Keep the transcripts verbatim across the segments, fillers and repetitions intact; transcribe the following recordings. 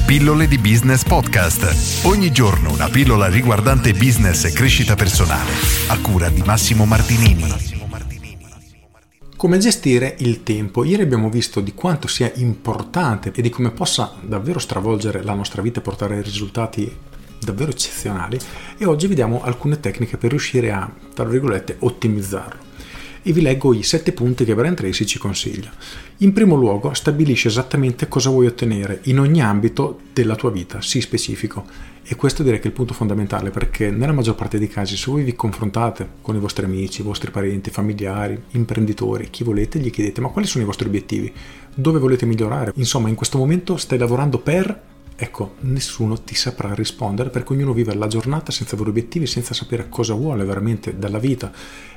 Pillole di Business Podcast. Ogni giorno una pillola riguardante business e crescita personale. A cura di Massimo Martinini. Come gestire il tempo? Ieri abbiamo visto di quanto sia importante e di come possa davvero stravolgere la nostra vita e portare risultati davvero eccezionali, e oggi vediamo alcune tecniche per riuscire a, tra virgolette, ottimizzarlo. E vi leggo i sette punti che Brian Tracy ci consiglia. In primo luogo, stabilisci esattamente cosa vuoi ottenere in ogni ambito della tua vita, sii specifico. E questo direi che è il punto fondamentale, perché nella maggior parte dei casi, se voi vi confrontate con i vostri amici, i vostri parenti, familiari, imprenditori, chi volete, gli chiedete: ma quali sono i vostri obiettivi? Dove volete migliorare? Insomma, in questo momento stai lavorando per... Ecco, nessuno ti saprà rispondere, perché ognuno vive la giornata senza avere obiettivi, senza sapere cosa vuole veramente dalla vita,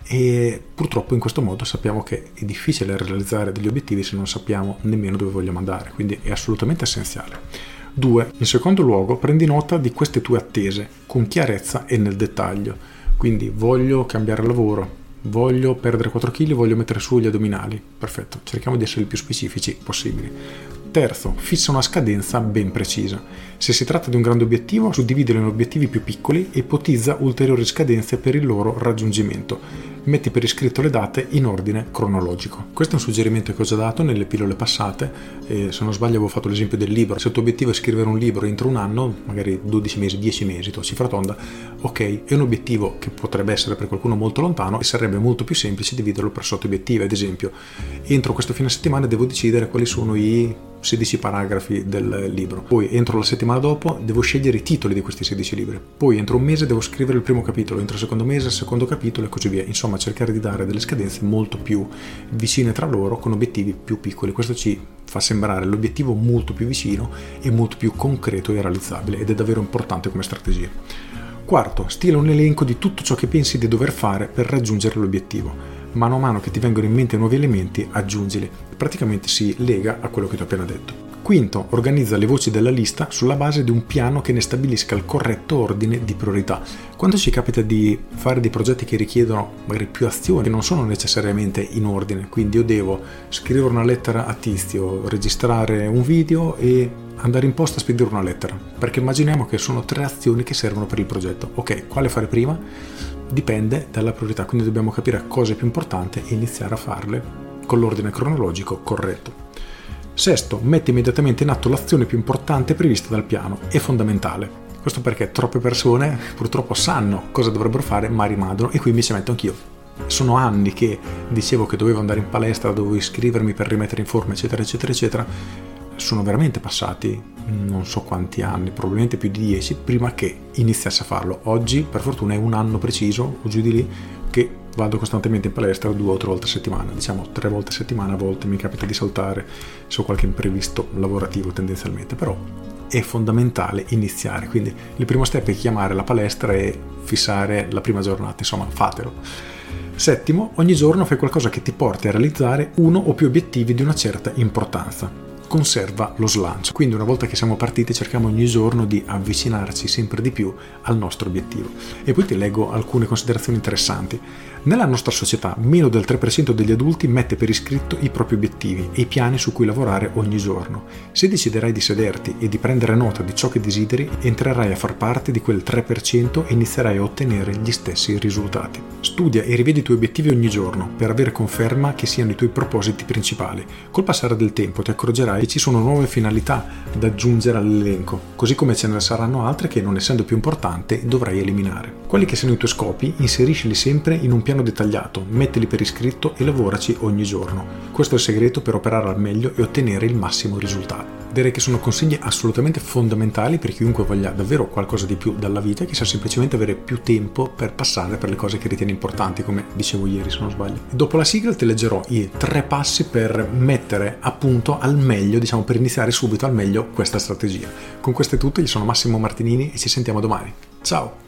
e purtroppo in questo modo sappiamo che è difficile realizzare degli obiettivi se non sappiamo nemmeno dove vogliamo andare, quindi è assolutamente essenziale. Due, in secondo luogo, prendi nota di queste tue attese con chiarezza e nel dettaglio. Quindi voglio cambiare lavoro, voglio perdere quattro chili, voglio mettere su gli addominali. Perfetto, cerchiamo di essere il più specifici possibili. Terzo, fissa una scadenza ben precisa. Se si tratta di un grande obiettivo, suddividilo in obiettivi più piccoli e ipotizza ulteriori scadenze per il loro raggiungimento. Metti per iscritto le date in ordine cronologico. Questo è un suggerimento che ho già dato nelle pillole passate, e se non sbaglio avevo fatto l'esempio del libro. Se il tuo obiettivo è scrivere un libro entro un anno, magari dodici mesi, dieci mesi, tua cifra tonda, ok, è un obiettivo che potrebbe essere per qualcuno molto lontano e sarebbe molto più semplice dividerlo per sottobiettivi. Ad esempio, entro questo fine settimana devo decidere quali sono i sedici paragrafi del libro, poi entro la settimana dopo devo scegliere i titoli di questi sedici libri, poi entro un mese devo scrivere il primo capitolo, entro il secondo mese il secondo capitolo e così via. Insomma, cercare di dare delle scadenze molto più vicine tra loro con obiettivi più piccoli. Questo ci fa sembrare l'obiettivo molto più vicino e molto più concreto e realizzabile, ed è davvero importante come strategia. Quarto, stila un elenco di tutto ciò che pensi di dover fare per raggiungere l'obiettivo. Mano a mano che ti vengono in mente nuovi elementi, aggiungili. Praticamente si lega a quello che ti ho appena detto. Quinto, organizza le voci della lista sulla base di un piano che ne stabilisca il corretto ordine di priorità. Quando ci capita di fare dei progetti che richiedono magari più azioni, che non sono necessariamente in ordine, quindi io devo scrivere una lettera a Tizio, registrare un video e andare in posta a spedire una lettera, perché immaginiamo che sono tre azioni che servono per il progetto. Ok, quale fare prima? Dipende dalla priorità, quindi dobbiamo capire cosa è più importante e iniziare a farle con l'ordine cronologico corretto. Sesto, metti immediatamente in atto l'azione più importante prevista dal piano. È fondamentale. Questo perché troppe persone purtroppo sanno cosa dovrebbero fare ma rimangono, e qui mi ci metto anch'io. Sono anni che dicevo che dovevo andare in palestra, dovevo iscrivermi per rimettere in forma, eccetera eccetera eccetera. Sono veramente passati non so quanti anni, probabilmente più di dieci, prima che iniziasse a farlo. Oggi per fortuna è un anno preciso o giù di lì che vado costantemente in palestra due o tre volte a settimana, diciamo tre volte a settimana. A volte mi capita di saltare se ho qualche imprevisto lavorativo tendenzialmente, però è fondamentale iniziare. Quindi il primo step è chiamare la palestra e fissare la prima giornata, insomma fatelo. Settimo, ogni giorno fai qualcosa che ti porti a realizzare uno o più obiettivi di una certa importanza. Conserva lo slancio, quindi una volta che siamo partiti cerchiamo ogni giorno di avvicinarci sempre di più al nostro obiettivo. E poi ti leggo alcune considerazioni interessanti. Nella nostra società meno del tre per cento degli adulti mette per iscritto i propri obiettivi e i piani su cui lavorare ogni giorno. Se deciderai di sederti e di prendere nota di ciò che desideri, entrerai a far parte di quel tre per cento e inizierai a ottenere gli stessi risultati. Studia e rivedi i tuoi obiettivi ogni giorno per avere conferma che siano i tuoi propositi principali. Col passare del tempo ti accorgerai che ci sono nuove finalità da aggiungere all'elenco, così come ce ne saranno altre che, non essendo più importanti, dovrai eliminare. Quelli che siano i tuoi scopi, inseriscili sempre in un piano dettagliato, mettili per iscritto e lavoraci ogni giorno. Questo è il segreto per operare al meglio e ottenere il massimo risultato. Direi che sono consigli assolutamente fondamentali per chiunque voglia davvero qualcosa di più dalla vita, che sa semplicemente avere più tempo per passare per le cose che ritiene importanti, come dicevo ieri se non sbaglio. Dopo la sigla ti leggerò i tre passi per mettere a punto al meglio, diciamo per iniziare subito al meglio questa strategia. Con questo è tutto, io sono Massimo Martinini e ci sentiamo domani. Ciao!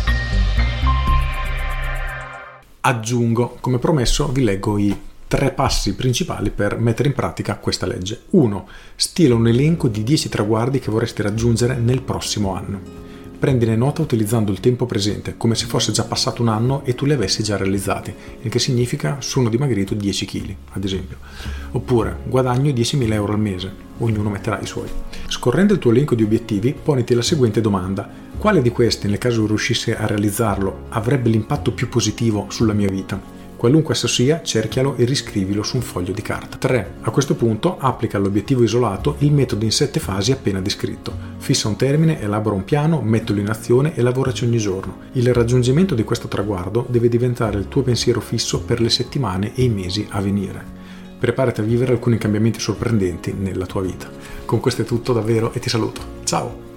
Aggiungo, come promesso, vi leggo i tre passi principali per mettere in pratica questa legge. uno. Stila un elenco di dieci traguardi che vorresti raggiungere nel prossimo anno. Prendine nota utilizzando il tempo presente, come se fosse già passato un anno e tu li avessi già realizzati, il che significa sono dimagrito dieci chili, ad esempio. Oppure guadagno diecimila euro al mese, ognuno metterà i suoi. Scorrendo il tuo elenco di obiettivi, poniti la seguente domanda: quale di questi, nel caso riuscissi a realizzarlo, avrebbe l'impatto più positivo sulla mia vita? Qualunque esso sia, cerchialo e riscrivilo su un foglio di carta. tre. A questo punto, applica all'obiettivo isolato il metodo in sette fasi appena descritto. Fissa un termine, elabora un piano, mettilo in azione e lavoraci ogni giorno. Il raggiungimento di questo traguardo deve diventare il tuo pensiero fisso per le settimane e i mesi a venire. Preparati a vivere alcuni cambiamenti sorprendenti nella tua vita. Con questo è tutto davvero e ti saluto. Ciao!